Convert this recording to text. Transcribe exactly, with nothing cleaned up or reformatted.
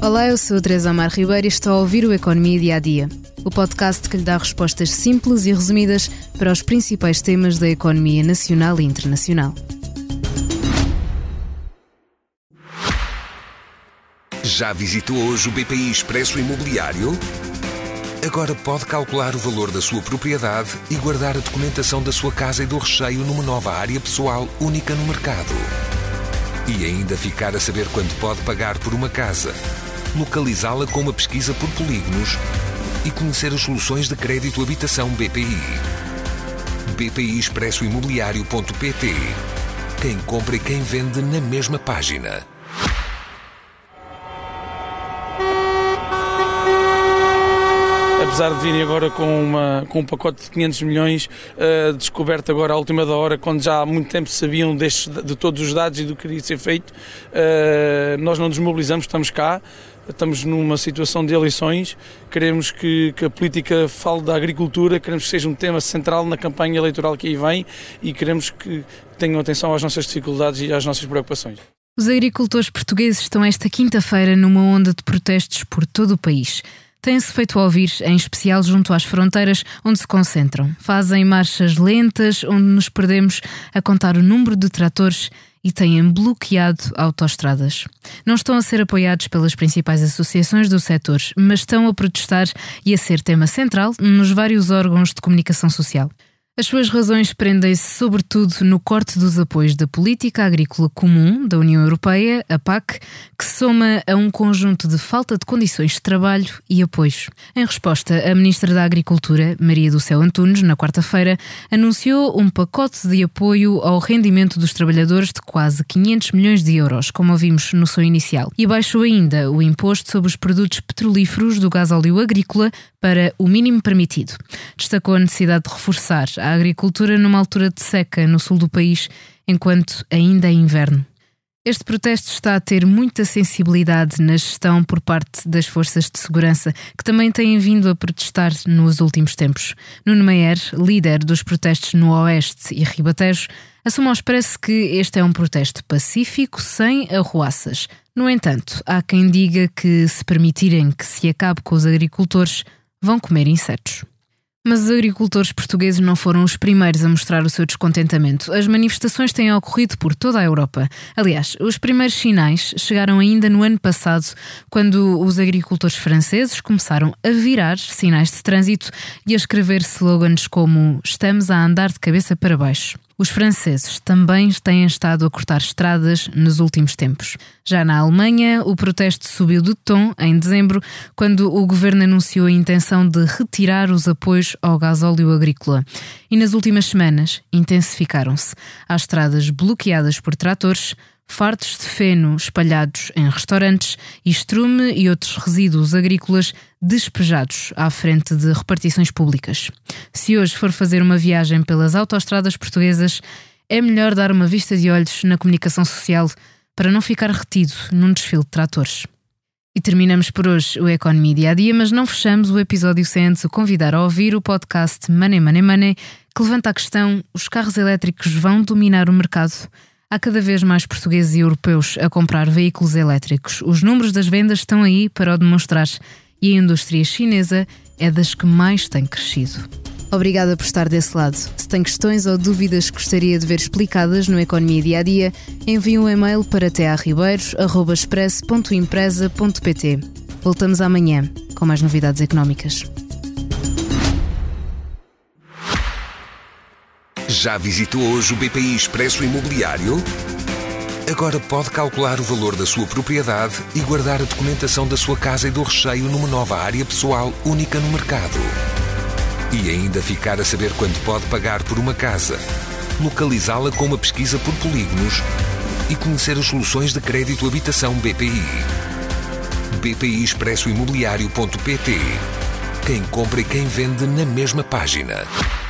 Olá, eu sou a Teresa Amar Ribeiro e estou a ouvir o Economia Dia a Dia, o podcast que lhe dá respostas simples e resumidas para os principais temas da economia nacional e internacional. Já visitou hoje o B P I Expresso Imobiliário? Agora pode calcular o valor da sua propriedade e guardar a documentação da sua casa e do recheio numa nova área pessoal única no mercado. E ainda ficar a saber quanto pode pagar por uma casa, localizá-la com uma pesquisa por polígonos e conhecer as soluções de crédito habitação B P I. B P I Expresso Imobiliário ponto P T. Quem compra e quem vende na mesma página. Apesar de virem agora com, uma, com um pacote de quinhentos milhões, uh, descoberto agora à última da hora, quando já há muito tempo sabiam destes, de todos os dados e do que iria ser feito, uh, nós não nos mobilizamos, estamos cá, estamos numa situação de eleições, queremos que, que a política fale da agricultura, queremos que seja um tema central na campanha eleitoral que aí vem e queremos que tenham atenção às nossas dificuldades e às nossas preocupações. Os agricultores portugueses estão esta quinta-feira numa onda de protestos por todo o país. Têm-se feito ouvir, em especial junto às fronteiras, onde se concentram. Fazem marchas lentas, onde nos perdemos a contar o número de tratores e têm bloqueado autoestradas. Não estão a ser apoiados pelas principais associações do setor, mas estão a protestar e a ser tema central nos vários órgãos de comunicação social. As suas razões prendem-se sobretudo no corte dos apoios da Política Agrícola Comum da União Europeia, a P A C, que se soma a um conjunto de falta de condições de trabalho e apoios. Em resposta, a Ministra da Agricultura, Maria do Céu Antunes, na quarta-feira, anunciou um pacote de apoio ao rendimento dos trabalhadores de quase quinhentos milhões de euros, como ouvimos no som inicial, e baixou ainda o imposto sobre os produtos petrolíferos do gasóleo agrícola para o mínimo permitido. Destacou a necessidade de reforçar a agricultura numa altura de seca no sul do país, enquanto ainda é inverno. Este protesto está a ter muita sensibilidade na gestão por parte das forças de segurança, que também têm vindo a protestar nos últimos tempos. Nuno Maier, líder dos protestos no Oeste e Ribatejo, assume ao Expresso que este é um protesto pacífico, sem arruaças. No entanto, há quem diga que, se permitirem que se acabe com os agricultores, vão comer insetos. Mas os agricultores portugueses não foram os primeiros a mostrar o seu descontentamento. As manifestações têm ocorrido por toda a Europa. Aliás, os primeiros sinais chegaram ainda no ano passado, quando os agricultores franceses começaram a virar sinais de trânsito e a escrever slogans como "Estamos a andar de cabeça para baixo". Os franceses também têm estado a cortar estradas nos últimos tempos. Já na Alemanha, o protesto subiu de tom em dezembro, quando o governo anunciou a intenção de retirar os apoios ao gasóleo agrícola. E nas últimas semanas intensificaram-se. Há estradas bloqueadas por tratores, fardos de feno espalhados em restaurantes e estrume e outros resíduos agrícolas despejados à frente de repartições públicas. Se hoje for fazer uma viagem pelas autoestradas portuguesas, é melhor dar uma vista de olhos na comunicação social para não ficar retido num desfile de tratores. E terminamos por hoje o Economia Dia a Dia, mas não fechamos o episódio sem antes o convidar a ouvir o podcast Money Money Money, que levanta a questão: os carros elétricos vão dominar o mercado? Há cada vez mais portugueses e europeus a comprar veículos elétricos. Os números das vendas estão aí para o demonstrar e a indústria chinesa é das que mais tem crescido. Obrigada por estar desse lado. Se tem questões ou dúvidas que gostaria de ver explicadas no Economia Dia a Dia, envie um e-mail para t a ribeiros arroba expresso ponto empresa ponto p t. Voltamos amanhã com mais novidades económicas. Já visitou hoje o B P I Expresso Imobiliário? Agora pode calcular o valor da sua propriedade e guardar a documentação da sua casa e do recheio numa nova área pessoal única no mercado. E ainda ficar a saber quanto pode pagar por uma casa, localizá-la com uma pesquisa por polígonos e conhecer as soluções de crédito habitação B P I. B P I Expresso Imobiliário ponto P T. Quem compra e quem vende na mesma página.